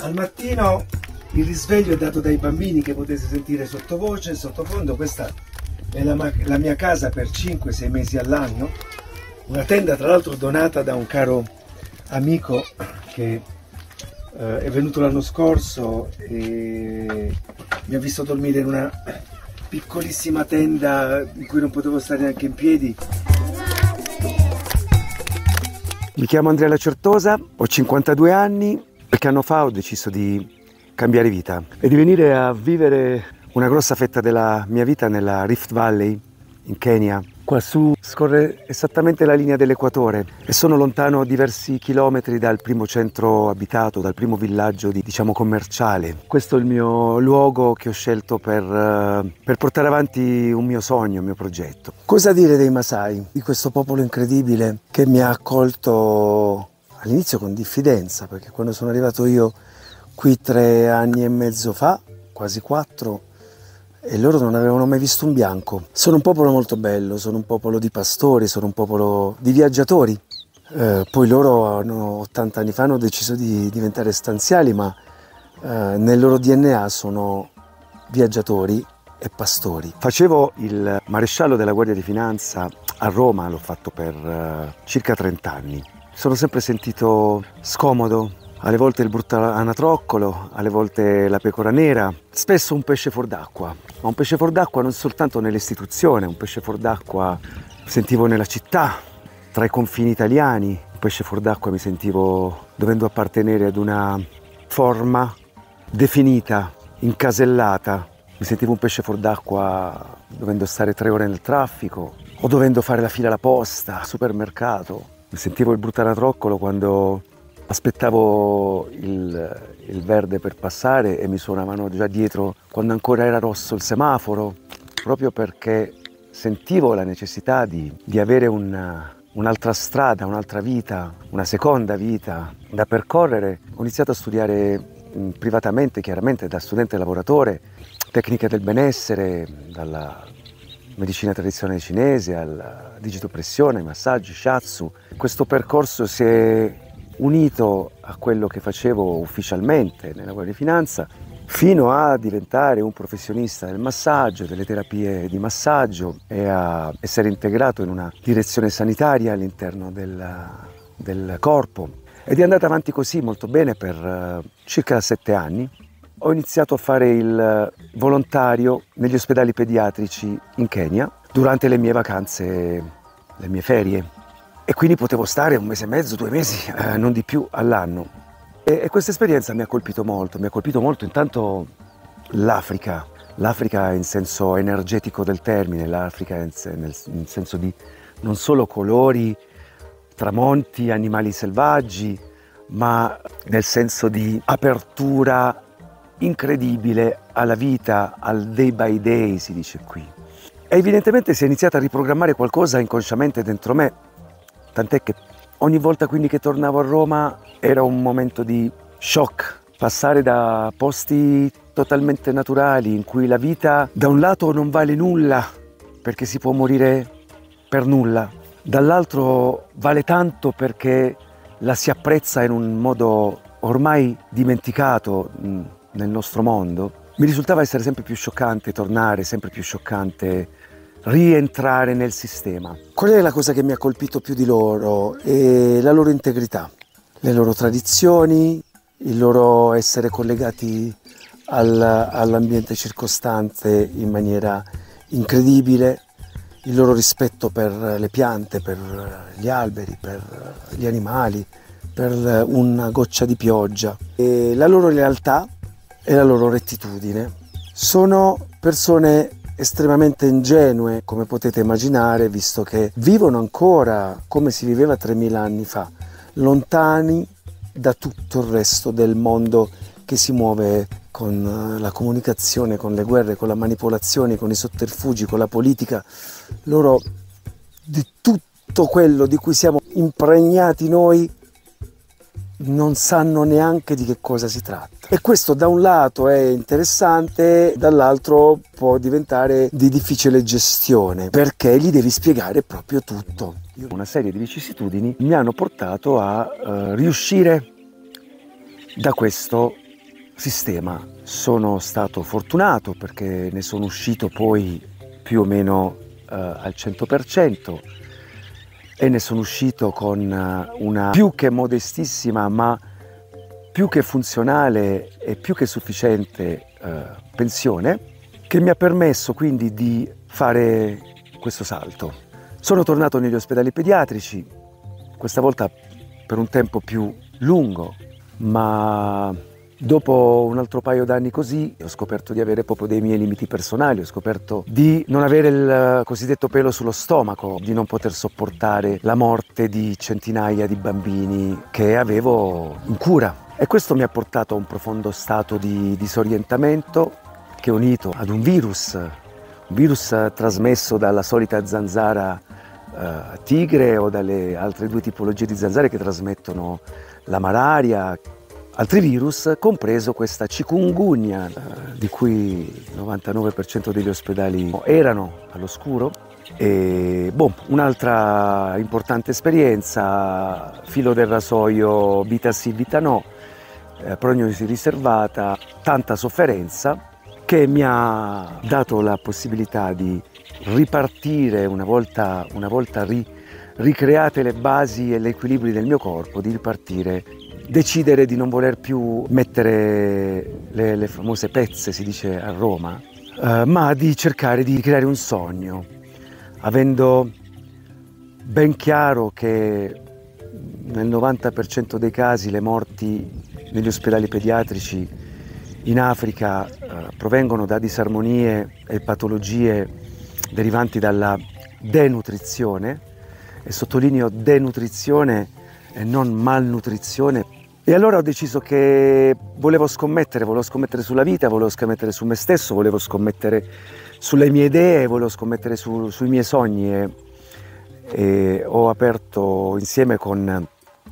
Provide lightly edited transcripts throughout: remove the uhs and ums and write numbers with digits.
Al mattino il risveglio è dato dai bambini che potete sentire sottovoce e sottofondo. Questa è la mia casa per 5-6 mesi all'anno, una tenda tra l'altro donata da un caro amico che è venuto l'anno scorso e mi ha visto dormire in una piccolissima tenda in cui non potevo stare neanche in piedi. Mi chiamo Andrea Lacertosa, ho 52 anni. Qualche anno fa ho deciso di cambiare vita e di venire a vivere una grossa fetta della mia vita nella Rift Valley in Kenya. Quassù scorre esattamente la linea dell'equatore e sono lontano diversi chilometri dal primo centro abitato, dal primo villaggio diciamo commerciale. Questo è il mio luogo che ho scelto per portare avanti un mio sogno, un mio progetto. Cosa dire dei Masai, di questo popolo incredibile che mi ha accolto all'inizio con diffidenza, perché quando sono arrivato io qui 3 anni e mezzo fa, quasi 4, e loro non avevano mai visto un bianco. Sono un popolo molto bello, sono un popolo di pastori, sono un popolo di viaggiatori. Poi loro 80 anni fa hanno deciso di diventare stanziali, ma nel loro DNA sono viaggiatori e pastori. Facevo il maresciallo della Guardia di Finanza a Roma, l'ho fatto per circa 30 anni. Sono sempre sentito scomodo, alle volte il brutto anatroccolo, alle volte la pecora nera, spesso un pesce fuor d'acqua, ma un pesce fuor d'acqua non soltanto nell'istituzione, un pesce fuor d'acqua sentivo nella città, tra i confini italiani, un pesce fuor d'acqua mi sentivo dovendo appartenere ad una forma definita, incasellata, mi sentivo un pesce fuor d'acqua dovendo stare 3 ore nel traffico o dovendo fare la fila alla posta, al supermercato. Mi sentivo il brutto anatroccolo quando aspettavo il verde per passare e mi suonavano già dietro quando ancora era rosso il semaforo, proprio perché sentivo la necessità di avere un'altra strada, un'altra vita, una seconda vita da percorrere. Ho iniziato a studiare privatamente, chiaramente da studente lavoratore, tecniche del benessere, dalla medicina tradizionale cinese alla digitopressione, ai massaggi, shiatsu. Questo percorso si è unito a quello che facevo ufficialmente nella Guardia di Finanza fino a diventare un professionista del massaggio, delle terapie di massaggio e a essere integrato in una direzione sanitaria all'interno del corpo. Ed è andata avanti così molto bene per circa 7 anni. Ho iniziato a fare il volontario negli ospedali pediatrici in Kenya durante le mie vacanze, le mie ferie. E quindi potevo stare 1 mese e mezzo, 2 mesi, non di più all'anno. E questa esperienza mi ha colpito molto intanto l'Africa in senso energetico del termine, l'Africa nel senso di non solo colori, tramonti, animali selvaggi, ma nel senso di apertura incredibile alla vita, al day by day si dice qui. E evidentemente si è iniziato a riprogrammare qualcosa inconsciamente dentro me, tant'è che ogni volta quindi che tornavo a Roma era un momento di shock, passare da posti totalmente naturali in cui la vita da un lato non vale nulla perché si può morire per nulla, dall'altro vale tanto perché la si apprezza in un modo ormai dimenticato nel nostro mondo. Mi risultava essere sempre più scioccante tornare, sempre più scioccante rientrare nel sistema. Qual è la cosa che mi ha colpito più di loro? È la loro integrità, le loro tradizioni, il loro essere collegati all'ambiente circostante in maniera incredibile, il loro rispetto per le piante, per gli alberi, per gli animali, per una goccia di pioggia, e la loro lealtà e la loro rettitudine. Sono persone estremamente ingenue, come potete immaginare, visto che vivono ancora come si viveva 3000 anni fa, lontani da tutto il resto del mondo che si muove con la comunicazione, con le guerre, con la manipolazione, con i sotterfugi, con la politica. Loro di tutto quello di cui siamo impregnati noi non sanno neanche di che cosa si tratta. E questo da un lato è interessante, dall'altro può diventare di difficile gestione, perché gli devi spiegare proprio tutto. Una serie di vicissitudini mi hanno portato a riuscire da questo sistema. Sono stato fortunato perché ne sono uscito poi più o meno al 100% e ne sono uscito con una più che modestissima ma più che funzionale e più che sufficiente pensione, che mi ha permesso quindi di fare questo salto. Sono tornato negli ospedali pediatrici, questa volta per un tempo più lungo, ma dopo un altro paio d'anni così ho scoperto di avere proprio dei miei limiti personali, ho scoperto di non avere il cosiddetto pelo sullo stomaco, di non poter sopportare la morte di centinaia di bambini che avevo in cura. E questo mi ha portato a un profondo stato di disorientamento che, unito ad un virus trasmesso dalla solita zanzara tigre o dalle altre due tipologie di zanzare che trasmettono la malaria, altri virus, compreso questa chikungunya di cui il 99% degli ospedali erano all'oscuro. E un'altra importante esperienza, filo del rasoio, vita sì, vita no, prognosi riservata, tanta sofferenza che mi ha dato la possibilità di ripartire una volta ricreate le basi e gli equilibri del mio corpo, di ripartire, decidere di non voler più mettere le famose pezze, si dice a Roma, ma di cercare di creare un sogno, avendo ben chiaro che nel 90% dei casi le morti negli ospedali pediatrici in Africa provengono da disarmonie e patologie derivanti dalla denutrizione, e sottolineo denutrizione e non malnutrizione. E allora ho deciso che volevo scommettere sulla vita, volevo scommettere su me stesso, volevo scommettere sulle mie idee, volevo scommettere sui miei sogni e ho aperto insieme con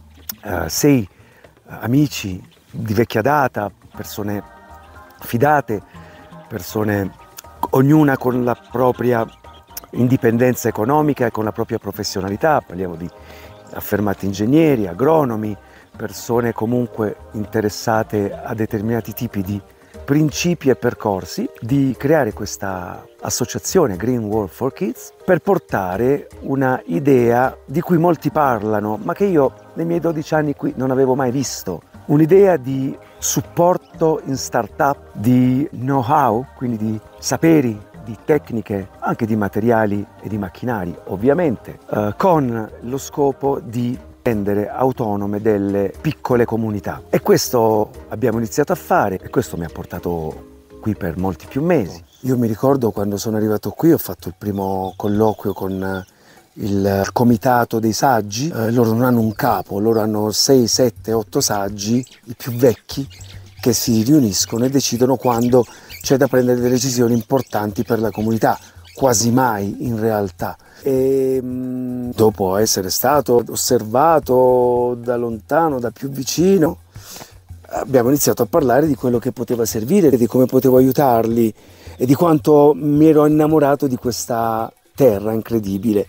6 amici di vecchia data, persone fidate, persone ognuna con la propria indipendenza economica e con la propria professionalità, parliamo di affermati ingegneri, agronomi, persone comunque interessate a determinati tipi di principi e percorsi, di creare questa associazione Green World for Kids per portare una idea di cui molti parlano, ma che io nei miei 12 anni qui non avevo mai visto. Un'idea di supporto in startup, di know-how, quindi di saperi, di tecniche, anche di materiali e di macchinari, ovviamente, con lo scopo di rendere autonome delle piccole comunità. E questo abbiamo iniziato a fare e questo mi ha portato qui per molti più mesi. Io mi ricordo quando sono arrivato qui, ho fatto il primo colloquio con il comitato dei saggi. Loro non hanno un capo, loro hanno 6, 7, 8 saggi, i più vecchi, che si riuniscono e decidono quando c'è da prendere delle decisioni importanti per la comunità, quasi mai in realtà. E dopo essere stato osservato da lontano, da più vicino, abbiamo iniziato a parlare di quello che poteva servire, di come potevo aiutarli e di quanto mi ero innamorato di questa terra incredibile.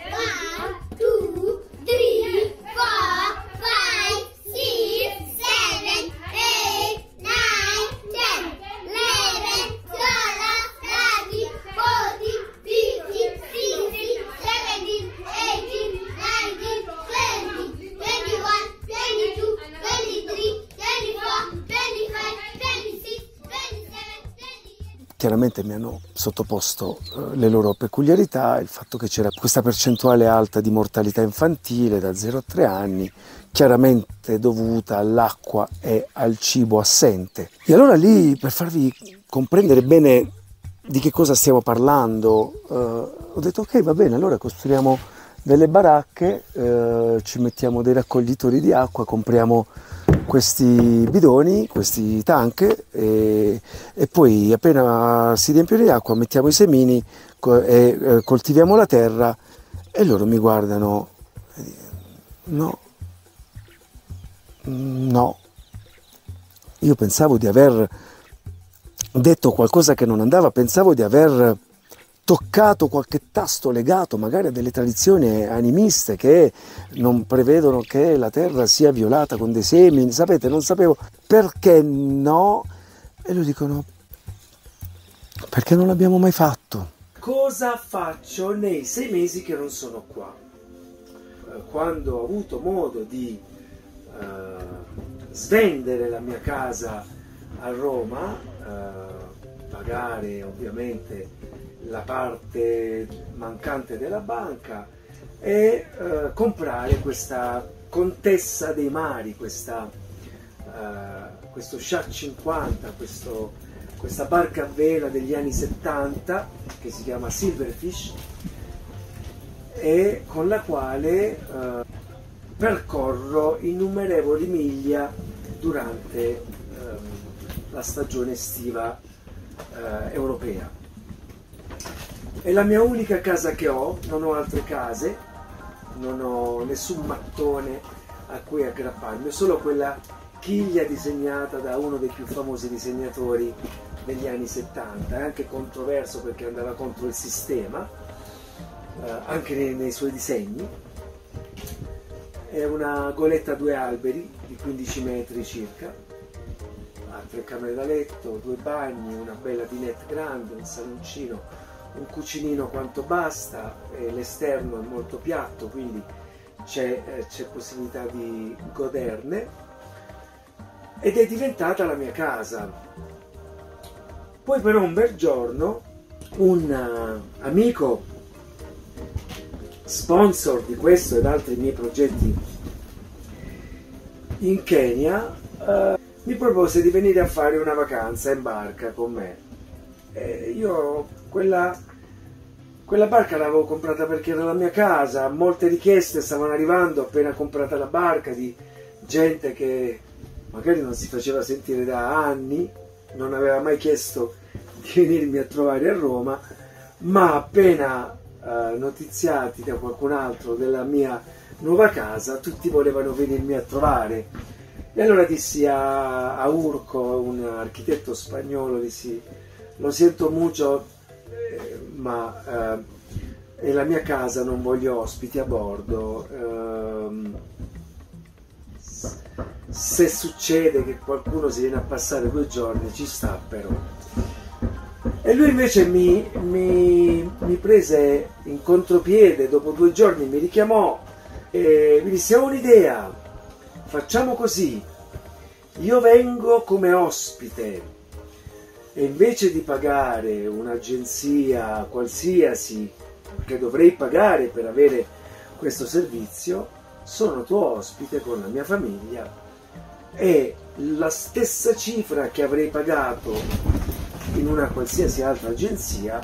Chiaramente mi hanno sottoposto le loro peculiarità, il fatto che c'era questa percentuale alta di mortalità infantile da 0 a 3 anni, chiaramente dovuta all'acqua e al cibo assente. E allora lì, per farvi comprendere bene di che cosa stiamo parlando, ho detto ok, va bene, allora costruiamo delle baracche, ci mettiamo dei raccoglitori di acqua, compriamo questi bidoni, questi tank e poi appena si riempiono di acqua mettiamo i semini e coltiviamo la terra. E loro mi guardano e dicono no, io pensavo di aver detto qualcosa che non andava, pensavo di aver toccato qualche tasto legato magari a delle tradizioni animiste che non prevedono che la terra sia violata con dei semi, sapete, non sapevo perché no, e loro dicono perché non l'abbiamo mai fatto. Cosa faccio nei 6 mesi che non sono qua? Quando ho avuto modo di svendere la mia casa a Roma, pagare ovviamente la parte mancante della banca e comprare questa Contessa dei Mari, questo Shark 50, questa barca a vela degli anni 70 che si chiama Silverfish, e con la quale percorro innumerevoli miglia durante la stagione estiva europea. È la mia unica casa che ho, non ho altre case, non ho nessun mattone a cui aggrapparmi, ho solo quella chiglia disegnata da uno dei più famosi disegnatori degli anni 70, è anche controverso perché andava contro il sistema, anche nei suoi disegni. È una goletta a 2 alberi di 15 metri circa, ha 3 camere da letto, 2 bagni, una bella dinette grande, un saloncino, un cucinino quanto basta, e l'esterno è molto piatto, quindi c'è possibilità di goderne, ed è diventata la mia casa. Poi però un bel giorno un amico sponsor di questo ed altri miei progetti in Kenya mi propose di venire a fare una vacanza in barca con me. Io quella barca l'avevo comprata perché era la mia casa, molte richieste stavano arrivando appena comprata la barca di gente che magari non si faceva sentire da anni, non aveva mai chiesto di venirmi a trovare a Roma, ma appena notiziati da qualcun altro della mia nuova casa, tutti volevano venirmi a trovare. E allora dissi a Urco, un architetto spagnolo, dissi: lo siento mucho, ma è la mia casa, non voglio ospiti a bordo. Se succede che qualcuno si viene a passare 2 giorni, ci sta però. E lui invece mi prese in contropiede, dopo 2 giorni mi richiamò e mi disse: ho un'idea, facciamo così, io vengo come ospite e invece di pagare un'agenzia qualsiasi che dovrei pagare per avere questo servizio, sono tuo ospite con la mia famiglia e la stessa cifra che avrei pagato in una qualsiasi altra agenzia,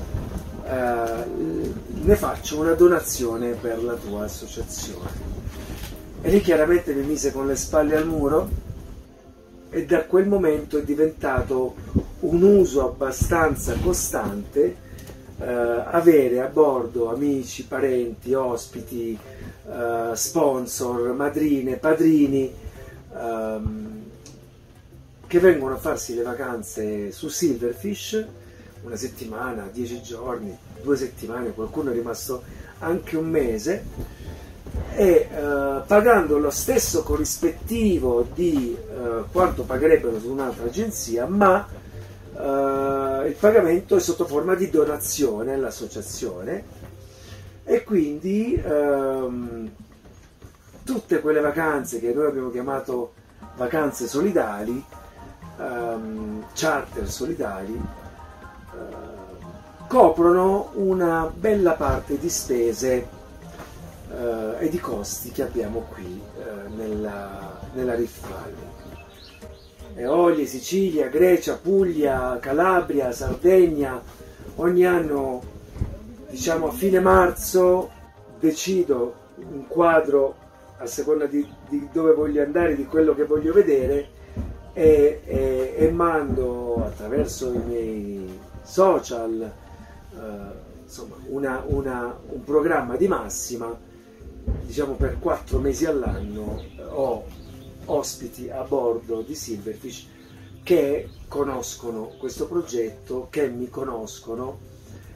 ne faccio una donazione per la tua associazione. E lì chiaramente mi mise con le spalle al muro, e da quel momento è diventato un uso abbastanza costante avere a bordo amici, parenti, ospiti, sponsor, madrine, padrini che vengono a farsi le vacanze su Silverfish, 1 settimana, 10 giorni, 2 settimane, qualcuno è rimasto anche 1 mese, e pagando lo stesso corrispettivo di quanto pagherebbero su un'altra agenzia, ma il pagamento è sotto forma di donazione all'associazione, e quindi tutte quelle vacanze che noi abbiamo chiamato vacanze solidali, charter solidali, coprono una bella parte di spese e di costi che abbiamo qui nella Rift Valley. Eolie, Sicilia, Grecia, Puglia, Calabria, Sardegna. Ogni anno, diciamo a fine marzo, decido un quadro a seconda di dove voglio andare, di quello che voglio vedere, e mando attraverso i miei social insomma un programma di massima, diciamo per 4 mesi all'anno. Ho ospiti a bordo di Silverfish che conoscono questo progetto, che mi conoscono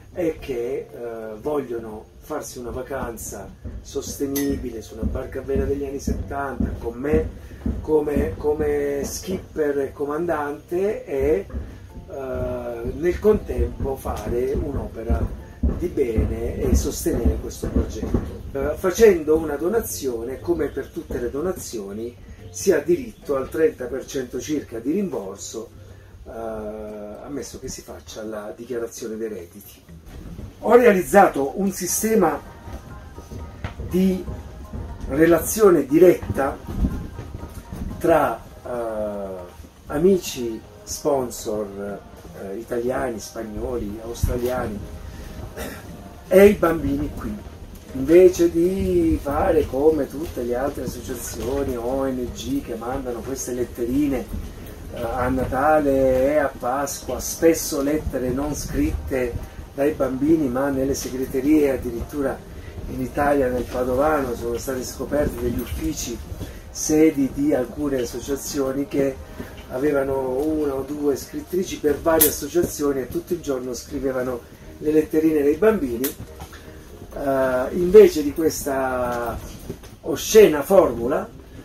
e che vogliono farsi una vacanza sostenibile su una barca a vela degli anni 70 con me come skipper e comandante e nel contempo fare un'opera di bene e sostenere questo progetto. Facendo una donazione, come per tutte le donazioni, si ha diritto al 30% circa di rimborso, ammesso che si faccia la dichiarazione dei redditi. Ho realizzato un sistema di relazione diretta tra amici, sponsor italiani, spagnoli, australiani e i bambini qui. Invece di fare come tutte le altre associazioni ONG che mandano queste letterine a Natale e a Pasqua, spesso lettere non scritte dai bambini ma nelle segreterie, addirittura in Italia nel Padovano sono stati scoperti degli uffici sedi di alcune associazioni che avevano una o due scrittrici per varie associazioni e tutto il giorno scrivevano le letterine dei bambini. Invece di questa oscena formula,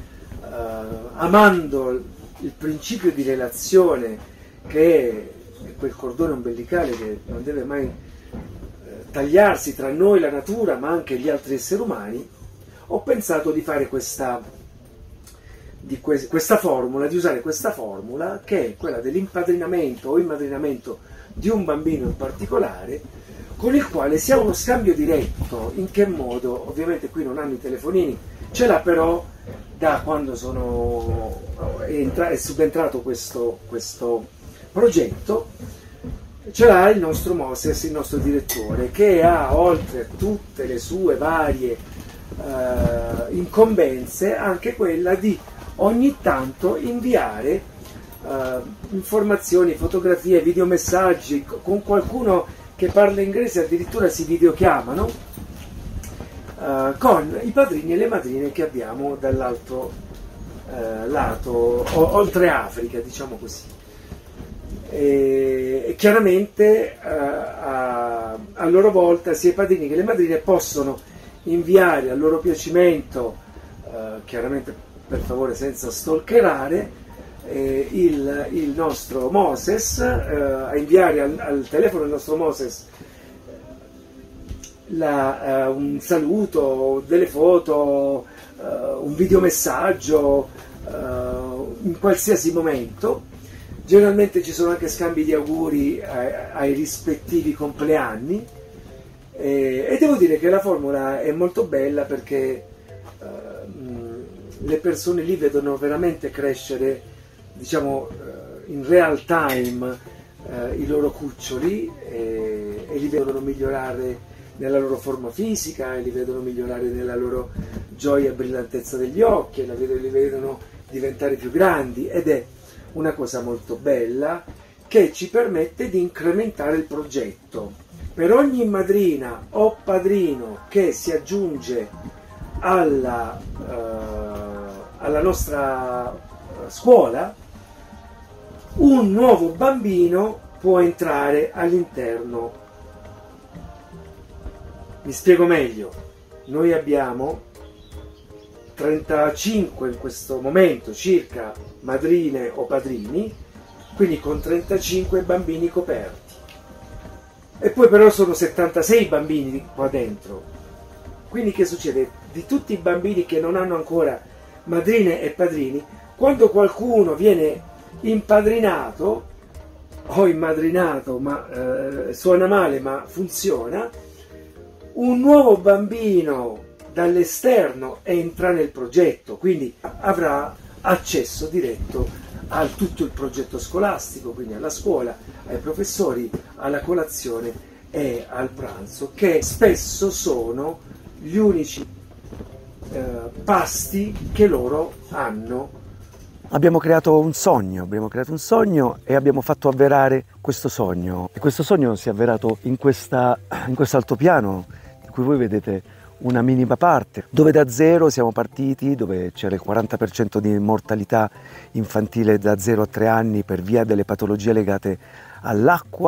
amando il principio di relazione che è quel cordone ombelicale che non deve mai tagliarsi tra noi, la natura, ma anche gli altri esseri umani, ho pensato di fare questa formula, di usare questa formula che è quella dell'impadrinamento o immadrinamento di un bambino in particolare, con il quale si ha uno scambio diretto. In che modo? Ovviamente qui non hanno i telefonini, ce l'ha però da quando è subentrato questo progetto, ce l'ha il nostro Moses, il nostro direttore, che ha, oltre a tutte le sue varie incombenze, anche quella di ogni tanto inviare informazioni, fotografie, videomessaggi con qualcuno che parla inglese, addirittura si videochiamano con i padrini e le madrine che abbiamo dall'altro lato, oltre Africa, diciamo così. E chiaramente a loro volta sia i padrini che le madrine possono inviare a loro piacimento, chiaramente per favore senza stalkerare, il nostro Moses, a inviare al telefono del nostro Moses un saluto, delle foto, un videomessaggio in qualsiasi momento. Generalmente ci sono anche scambi di auguri ai rispettivi compleanni e devo dire che la formula è molto bella perché le persone lì vedono veramente crescere, diciamo, in real time i loro cuccioli e li vedono migliorare nella loro forma fisica e li vedono migliorare nella loro gioia e brillantezza degli occhi e li vedono diventare più grandi, ed è una cosa molto bella che ci permette di incrementare il progetto. Per ogni madrina o padrino che si aggiunge alla nostra scuola, un nuovo bambino può entrare all'interno. Mi spiego meglio: noi abbiamo 35 in questo momento circa madrine o padrini, quindi con 35 bambini coperti, e poi però sono 76 bambini qua dentro. Quindi che succede? Di tutti i bambini che non hanno ancora madrine e padrini, quando qualcuno viene impadrinato o immadrinato, ma suona male ma funziona, un nuovo bambino dall'esterno entra nel progetto, quindi avrà accesso diretto a tutto il progetto scolastico, quindi alla scuola, ai professori, alla colazione e al pranzo, che spesso sono gli unici pasti che loro hanno. Abbiamo creato un sogno e abbiamo fatto avverare questo sogno. E questo sogno si è avverato in questo altopiano, in cui voi vedete una minima parte, dove da zero siamo partiti, dove c'era il 40% di mortalità infantile da 0 a 3 anni per via delle patologie legate all'acqua,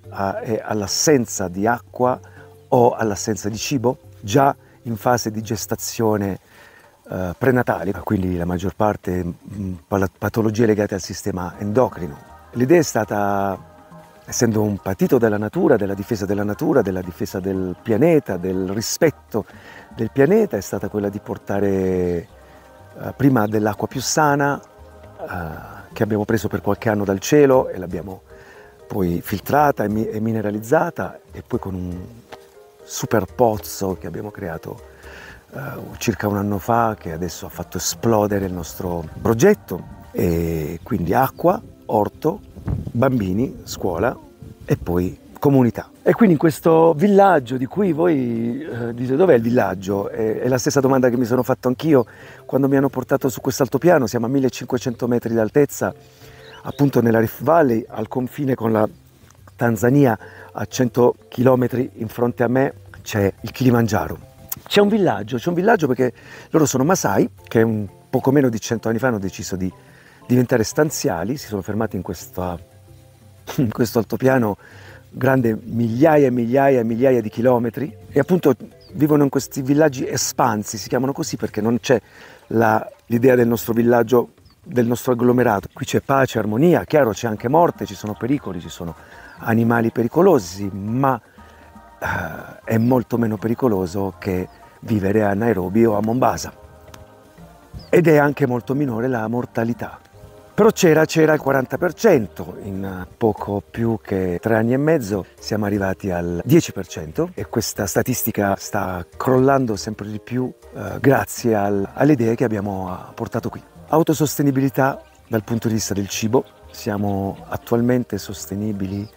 è all'assenza di acqua o all'assenza di cibo, già in fase di gestazione prenatale, quindi la maggior parte patologie legate al sistema endocrino. L'idea è stata, essendo un partito della natura, della difesa del pianeta, del rispetto del pianeta, è stata quella di portare prima dell'acqua più sana, che abbiamo preso per qualche anno dal cielo e l'abbiamo poi filtrata e mineralizzata, e poi con un super pozzo che abbiamo creato circa un anno fa, che adesso ha fatto esplodere il nostro progetto, e quindi acqua, orto, bambini, scuola e poi comunità. E quindi in questo villaggio di cui voi dite dov'è il villaggio? È la stessa domanda che mi sono fatto anch'io quando mi hanno portato su quest'altopiano. Siamo a 1500 metri d'altezza, appunto nella Rift Valley, al confine con la Tanzania. A 100 km in fronte a me c'è il Kilimangiaro. C'è un villaggio perché loro sono Masai, che un poco meno di 100 anni fa hanno deciso di diventare stanziali, si sono fermati in questo altopiano grande migliaia e migliaia e migliaia di chilometri, e appunto vivono in questi villaggi espansi, si chiamano così perché non c'è l'idea del nostro villaggio, del nostro agglomerato. Qui c'è pace, armonia, chiaro c'è anche morte, ci sono pericoli, ci sono animali pericolosi, ma è molto meno pericoloso che vivere a Nairobi o a Mombasa, ed è anche molto minore la mortalità. Però c'era il 40%, in poco più che 3 anni e mezzo siamo arrivati al 10%, e questa statistica sta crollando sempre di più grazie alle idee che abbiamo portato qui. Autosostenibilità dal punto di vista del cibo, siamo attualmente sostenibili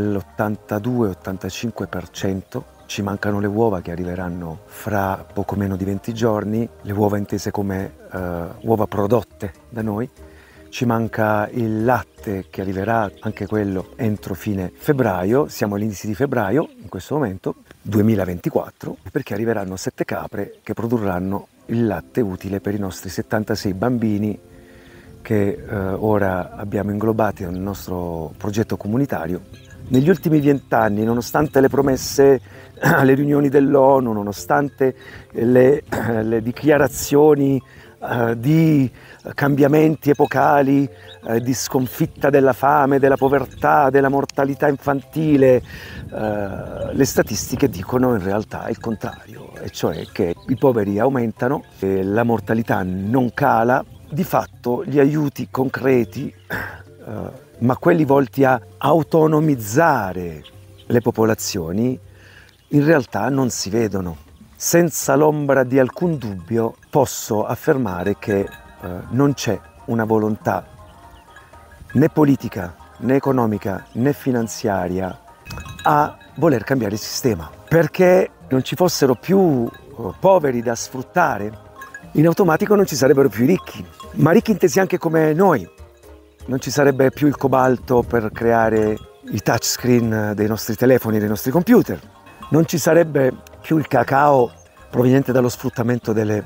all'82-85%, ci mancano le uova che arriveranno fra poco meno di 20 giorni, le uova intese come uova prodotte da noi. Ci manca il latte che arriverà anche quello entro fine febbraio, siamo all'inizio di febbraio in questo momento, 2024, perché arriveranno 7 capre che produrranno il latte utile per i nostri 76 bambini che ora abbiamo inglobati nel nostro progetto comunitario. Negli ultimi 20 anni, nonostante le promesse alle riunioni dell'ONU, nonostante le dichiarazioni di cambiamenti epocali, di sconfitta della fame, della povertà, della mortalità infantile, le statistiche dicono in realtà il contrario, e cioè che i poveri aumentano, la mortalità non cala. Di fatto gli aiuti concreti, ma quelli volti a autonomizzare le popolazioni, in realtà non si vedono. Senza l'ombra di alcun dubbio posso affermare che non c'è una volontà né politica, né economica, né finanziaria a voler cambiare il sistema. Perché non ci fossero più poveri da sfruttare, in automatico non ci sarebbero più ricchi, ma ricchi intesi anche come noi. Non ci sarebbe più il cobalto per creare i touchscreen dei nostri telefoni, dei nostri computer. Non ci sarebbe più il cacao proveniente dallo sfruttamento delle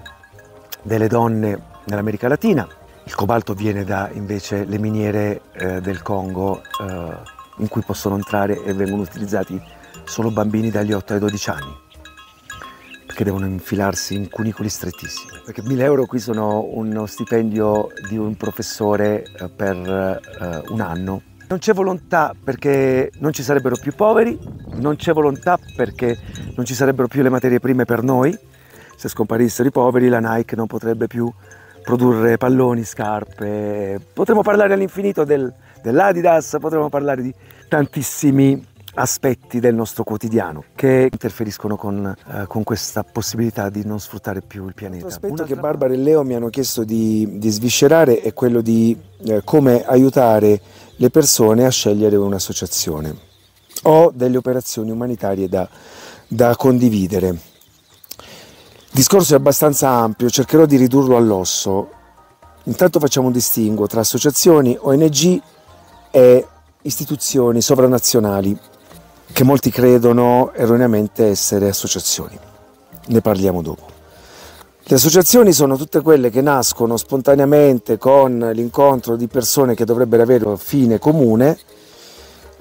donne nell'America Latina. Il cobalto viene da invece le miniere del Congo, in cui possono entrare e vengono utilizzati solo bambini dagli 8 ai 12 anni, perché devono infilarsi in cunicoli strettissimi. Perché 1.000 euro qui sono uno stipendio di un professore per un anno. Non c'è volontà perché non ci sarebbero più poveri, non c'è volontà perché non ci sarebbero più le materie prime per noi. Se scomparissero i poveri, la Nike non potrebbe più produrre palloni, scarpe. Potremmo parlare all'infinito dell'Adidas, potremmo parlare di tantissimi aspetti del nostro quotidiano che interferiscono con questa possibilità di non sfruttare più il pianeta. L'aspetto che Barbara e Leo mi hanno chiesto di sviscerare è quello di come aiutare le persone a scegliere un'associazione o delle operazioni umanitarie da condividere. Il discorso è abbastanza ampio, cercherò di ridurlo all'osso. Intanto facciamo un distinguo tra associazioni, ONG e istituzioni sovranazionali, che molti credono erroneamente essere associazioni. Ne parliamo dopo. Le associazioni sono tutte quelle che nascono spontaneamente con l'incontro di persone che dovrebbero avere un fine comune,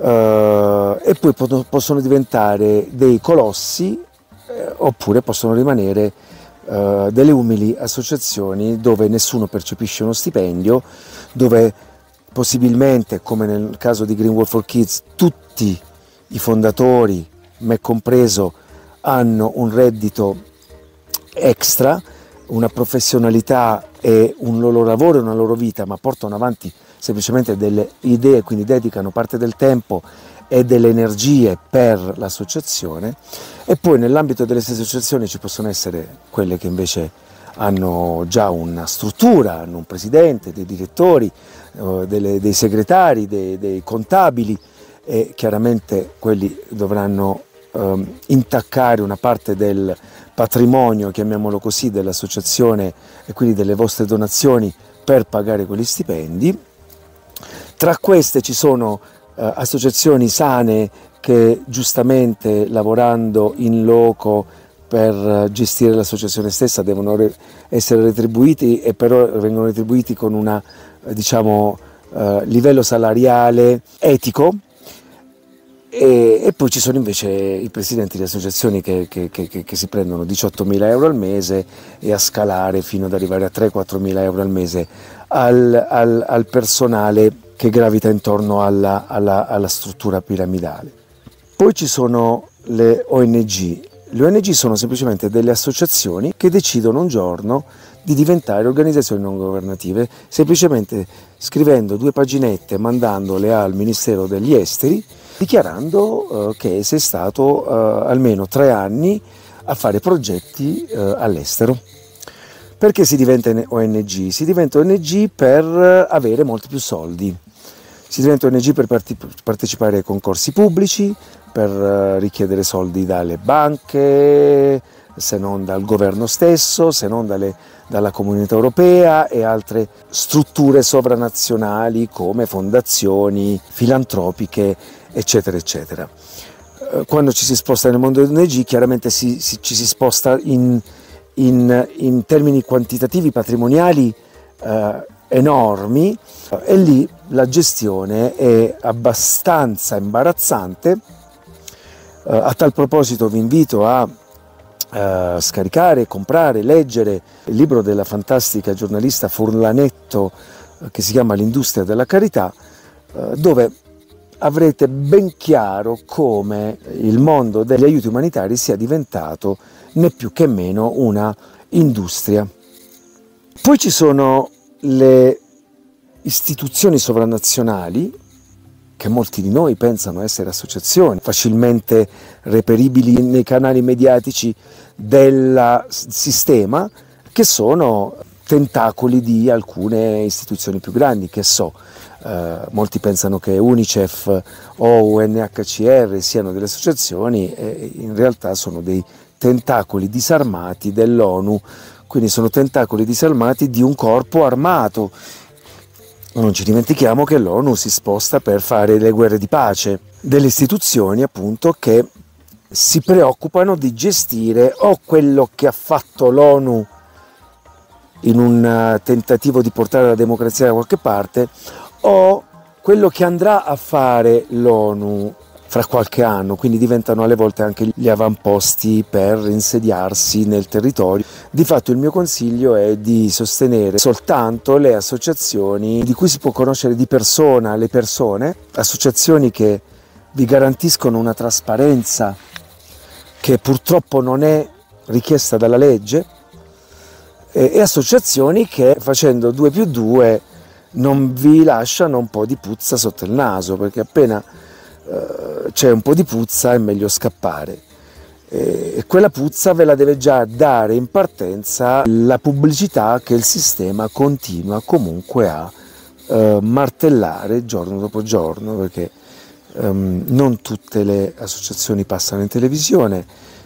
e poi possono diventare dei colossi oppure possono rimanere delle umili associazioni dove nessuno percepisce uno stipendio, dove possibilmente, come nel caso di Green Wall for Kids, tutti i fondatori, me compreso, hanno un reddito extra, una professionalità e un loro lavoro e una loro vita, ma portano avanti semplicemente delle idee, quindi dedicano parte del tempo e delle energie per l'associazione. E poi nell'ambito delle stesse associazioni ci possono essere quelle che invece hanno già una struttura, hanno un presidente, dei direttori, dei segretari, dei contabili, e chiaramente quelli dovranno intaccare una parte del patrimonio, chiamiamolo così, dell'associazione e quindi delle vostre donazioni per pagare quegli stipendi. Tra queste ci sono associazioni sane che giustamente, lavorando in loco per gestire l'associazione stessa, devono essere retribuiti, e però vengono retribuiti con un livello salariale etico. E poi ci sono invece i presidenti di associazioni che si prendono 18.000 euro al mese, e a scalare fino ad arrivare a 3-4.000 euro al mese al personale che gravita intorno alla struttura piramidale. Poi ci sono le ONG. Le ONG sono semplicemente delle associazioni che decidono un giorno di diventare organizzazioni non governative, semplicemente scrivendo 2 paginette, mandandole al Ministero degli Esteri, dichiarando che sei stato almeno 3 anni a fare progetti all'estero. Perché si diventa ONG? Si diventa ONG per avere molti più soldi. Si diventa ONG per partecipare ai concorsi pubblici, per richiedere soldi dalle banche, se non dal governo stesso, se non dalla Comunità Europea e altre strutture sovranazionali come fondazioni filantropiche, eccetera, eccetera. Quando ci si sposta nel mondo dell'ONG, chiaramente ci si sposta in termini quantitativi patrimoniali enormi, e lì la gestione è abbastanza imbarazzante. A tal proposito vi invito a scaricare, comprare, leggere il libro della fantastica giornalista Furlanetto che si chiama L'industria della carità, dove avrete ben chiaro come il mondo degli aiuti umanitari sia diventato né più che meno una industria. Poi ci sono le istituzioni sovranazionali, che molti di noi pensano essere associazioni, facilmente reperibili nei canali mediatici del sistema, che sono tentacoli di alcune istituzioni più grandi, che molti pensano che UNICEF o UNHCR siano delle associazioni, e in realtà sono dei tentacoli disarmati dell'ONU, quindi sono tentacoli disarmati di un corpo armato. Non ci dimentichiamo che l'ONU si sposta per fare le guerre di pace, delle istituzioni appunto che si preoccupano di gestire o quello che ha fatto l'ONU in un tentativo di portare la democrazia da qualche parte, o quello che andrà a fare l'ONU fra qualche anno, quindi diventano alle volte anche gli avamposti per insediarsi nel territorio. Di fatto il mio consiglio è di sostenere soltanto le associazioni di cui si può conoscere di persona le persone, associazioni che vi garantiscono una trasparenza che purtroppo non è richiesta dalla legge, e associazioni che facendo 2 più 2 non vi lasciano un po' di puzza sotto il naso, perché appena c'è un po' di puzza è meglio scappare, e quella puzza ve la deve già dare in partenza la pubblicità che il sistema continua comunque a martellare giorno dopo giorno, perché non tutte le associazioni passano in televisione,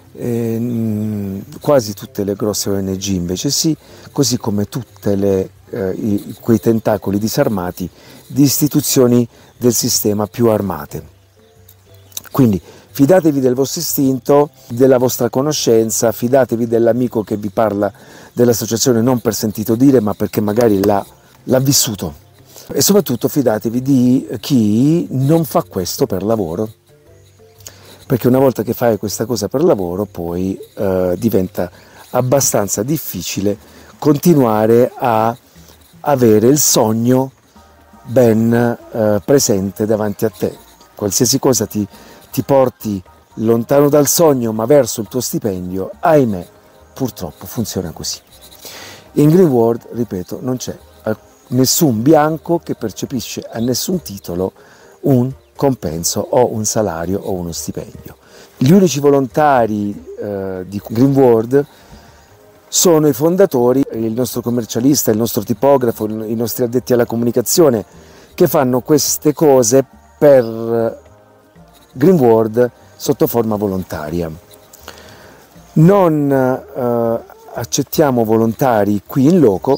quasi tutte le grosse ONG invece sì, così come tutte quei tentacoli disarmati di istituzioni del sistema più armate. Quindi fidatevi del vostro istinto, della vostra conoscenza, fidatevi dell'amico che vi parla dell'associazione non per sentito dire, ma perché magari l'ha vissuto. E soprattutto fidatevi di chi non fa questo per lavoro, perché una volta che fai questa cosa per lavoro poi diventa abbastanza difficile continuare a avere il sogno ben presente davanti a te. Qualsiasi cosa ti porti lontano dal sogno ma verso il tuo stipendio, ahimè, purtroppo funziona così. In Green World, ripeto, non c'è nessun bianco che percepisce a nessun titolo un compenso o un salario o uno stipendio. Gli unici volontari di Green World sono i fondatori, il nostro commercialista, il nostro tipografo, i nostri addetti alla comunicazione, che fanno queste cose per Green World sotto forma volontaria. Non accettiamo volontari qui in loco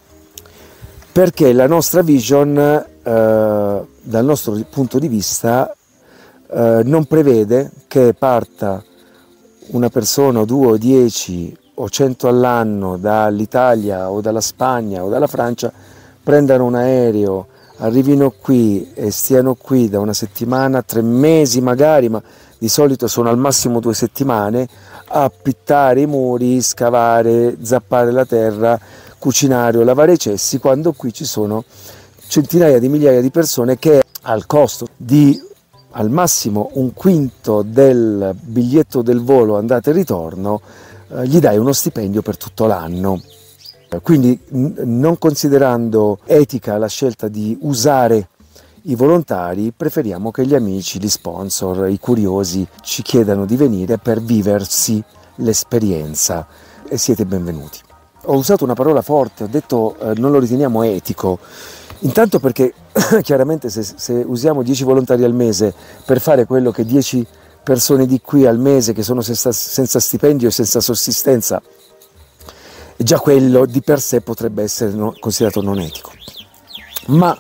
perché la nostra vision, dal nostro punto di vista, non prevede che parta una persona o 2 o 10 o 100 all'anno dall'Italia o dalla Spagna o dalla Francia, prendano un aereo, arrivino qui e stiano qui da 1 settimana, 3 mesi magari, ma di solito sono al massimo 2 settimane, a pittare i muri, scavare, zappare la terra, cucinare o lavare i cessi, quando qui ci sono centinaia di migliaia di persone che al costo di al massimo 1/5 del biglietto del volo andata e ritorno gli dai uno stipendio per tutto l'anno. Quindi, non considerando etica la scelta di usare i volontari, preferiamo che gli amici, gli sponsor, i curiosi ci chiedano di venire per viversi l'esperienza, e siete benvenuti. Ho usato una parola forte, ho detto non lo riteniamo etico, intanto perché chiaramente se usiamo 10 volontari al mese per fare quello che 10 persone di qui al mese che sono senza stipendio e senza sussistenza, già quello di per sé potrebbe essere considerato non etico. Ma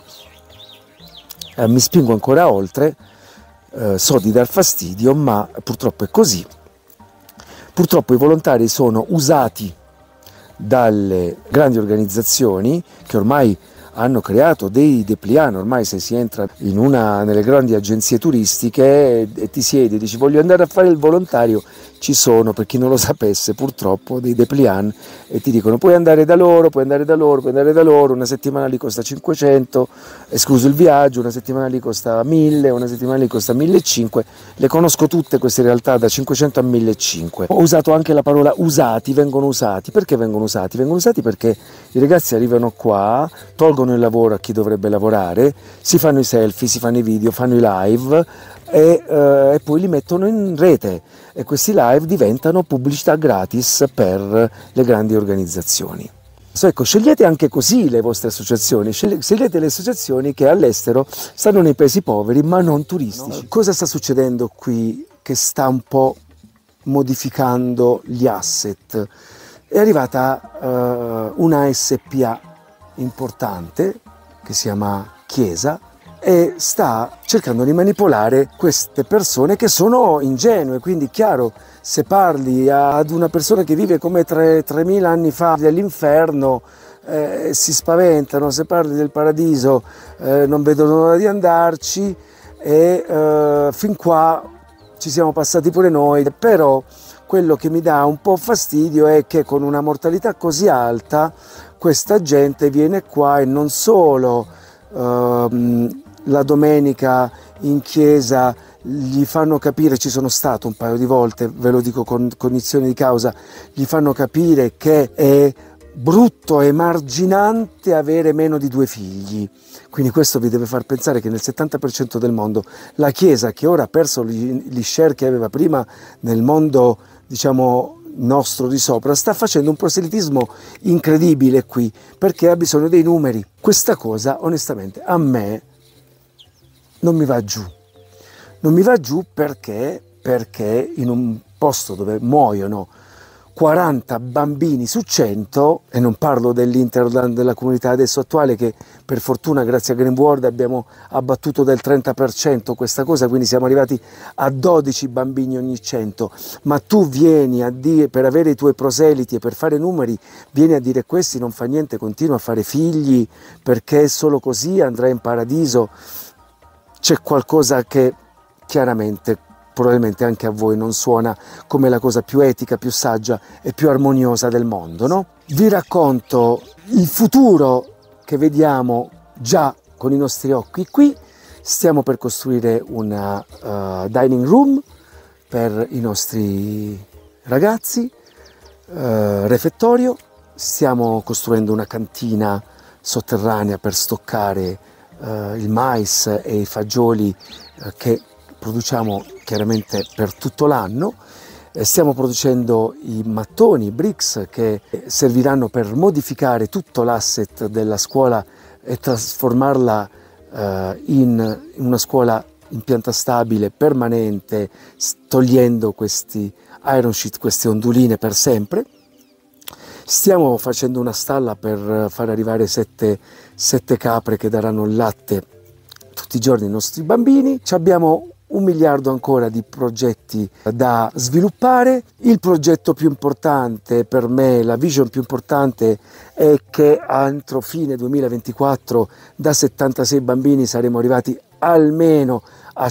mi spingo ancora oltre, so di dar fastidio, ma purtroppo è così. Purtroppo i volontari sono usati dalle grandi organizzazioni che ormai hanno creato dei dépliant. Ormai se si entra nelle grandi agenzie turistiche e ti siedi e dici voglio andare a fare il volontario, ci sono, per chi non lo sapesse, purtroppo dei dépliant e ti dicono puoi andare da loro, puoi andare da loro, puoi andare da loro, una settimana lì costa 500, escluso il viaggio, una settimana lì costa 1000, una settimana lì costa 1500, le conosco tutte queste realtà da 500 a 1500. Ho usato anche la parola usati, vengono usati. Perché vengono usati? Vengono usati perché i ragazzi arrivano qua, tolgono il lavoro a chi dovrebbe lavorare, si fanno i selfie, si fanno i video, fanno i live e poi li mettono in rete e questi live diventano pubblicità gratis per le grandi organizzazioni. Ecco, scegliete anche così le vostre associazioni, scegliete le associazioni che all'estero stanno nei paesi poveri ma non turistici. Cosa sta succedendo qui che sta un po' modificando gli asset? È arrivata una SPA importante che si chiama Chiesa e sta cercando di manipolare queste persone che sono ingenue. Quindi chiaro, se parli ad una persona che vive come 3000 anni fa dell'inferno, si spaventano. Se parli del paradiso non vedono l'ora di andarci, e fin qua ci siamo passati pure noi. Però quello che mi dà un po' fastidio è che con una mortalità così alta questa gente viene qua e non solo la domenica in chiesa gli fanno capire, ci sono stato un paio di volte, ve lo dico con cognizione di causa, gli fanno capire che è brutto, emarginante avere meno di 2 figli. Quindi questo vi deve far pensare che nel 70% del mondo la Chiesa, che ora ha perso gli share che aveva prima nel mondo, diciamo, nostro di sopra, sta facendo un proselitismo incredibile qui, perché ha bisogno dei numeri. Questa cosa onestamente a me non mi va giù. Non mi va giù perché in un posto dove muoiono 40 bambini su 100, e non parlo dell'Interland della comunità adesso attuale che per fortuna grazie a Green World abbiamo abbattuto del 30% questa cosa, quindi siamo arrivati a 12 bambini ogni 100, ma tu vieni a dire, per avere i tuoi proseliti e per fare numeri, vieni a dire questi non fa niente, continua a fare figli perché solo così andrai in paradiso. C'è qualcosa che chiaramente probabilmente anche a voi non suona come la cosa più etica, più saggia e più armoniosa del mondo, no? Vi racconto il futuro che vediamo già con i nostri occhi qui. Stiamo per costruire una dining room per i nostri ragazzi, refettorio. Stiamo costruendo una cantina sotterranea per stoccare il mais e i fagioli che produciamo chiaramente per tutto l'anno. Stiamo producendo i mattoni, i bricks, che serviranno per modificare tutto l'asset della scuola e trasformarla in una scuola in pianta stabile, permanente, togliendo questi iron sheet, queste onduline per sempre. Stiamo facendo una stalla per far arrivare sette capre che daranno il latte tutti i giorni ai nostri bambini. Abbiamo 1 miliardo ancora di progetti da sviluppare. Il progetto più importante per me, la vision più importante, è che entro fine 2024 da 76 bambini saremo arrivati almeno a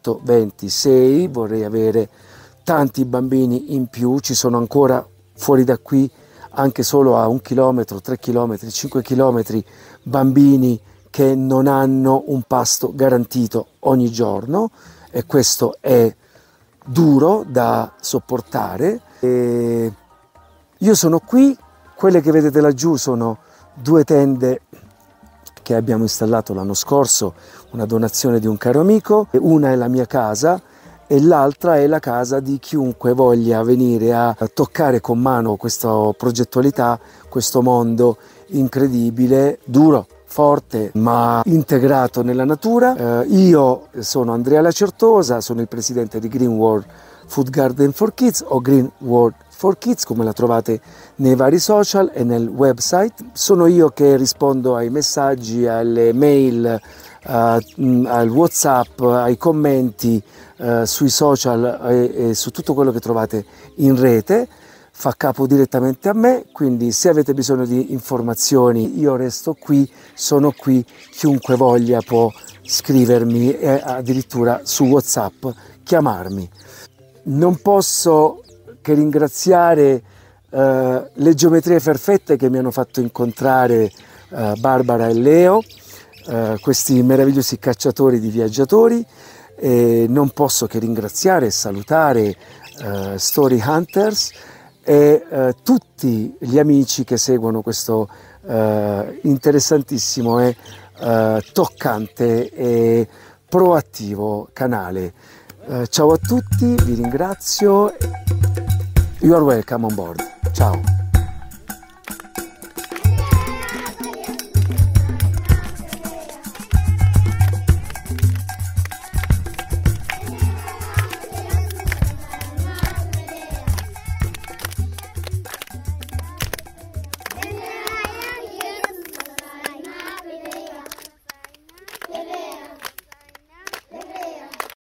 126. Vorrei avere tanti bambini in più. Ci sono ancora fuori da qui, anche solo a 1 chilometro, 3 chilometri, 5 chilometri, bambini che non hanno un pasto garantito ogni giorno, e questo è duro da sopportare. E io sono qui, quelle che vedete laggiù sono 2 tende che abbiamo installato l'anno scorso, una donazione di un caro amico. Una è la mia casa e l'altra è la casa di chiunque voglia venire a toccare con mano questa progettualità, questo mondo incredibile, duro, forte, ma integrato nella natura. Io sono Andrea Lacertosa, sono il presidente di Green World Food Garden for Kids, o Green World for Kids, come la trovate nei vari social e nel website. Sono io che rispondo ai messaggi, alle mail, al WhatsApp, ai commenti sui social e su tutto quello che trovate in rete. Fa capo direttamente a me, quindi se avete bisogno di informazioni io resto qui, sono qui, chiunque voglia può scrivermi e addirittura su WhatsApp chiamarmi. Non posso che ringraziare le geometrie perfette che mi hanno fatto incontrare Barbara e Leo, questi meravigliosi cacciatori di viaggiatori. E non posso che ringraziare e salutare Story Hunters e tutti gli amici che seguono questo interessantissimo e toccante e proattivo canale. Ciao a tutti, vi ringrazio. You are welcome on board. Ciao.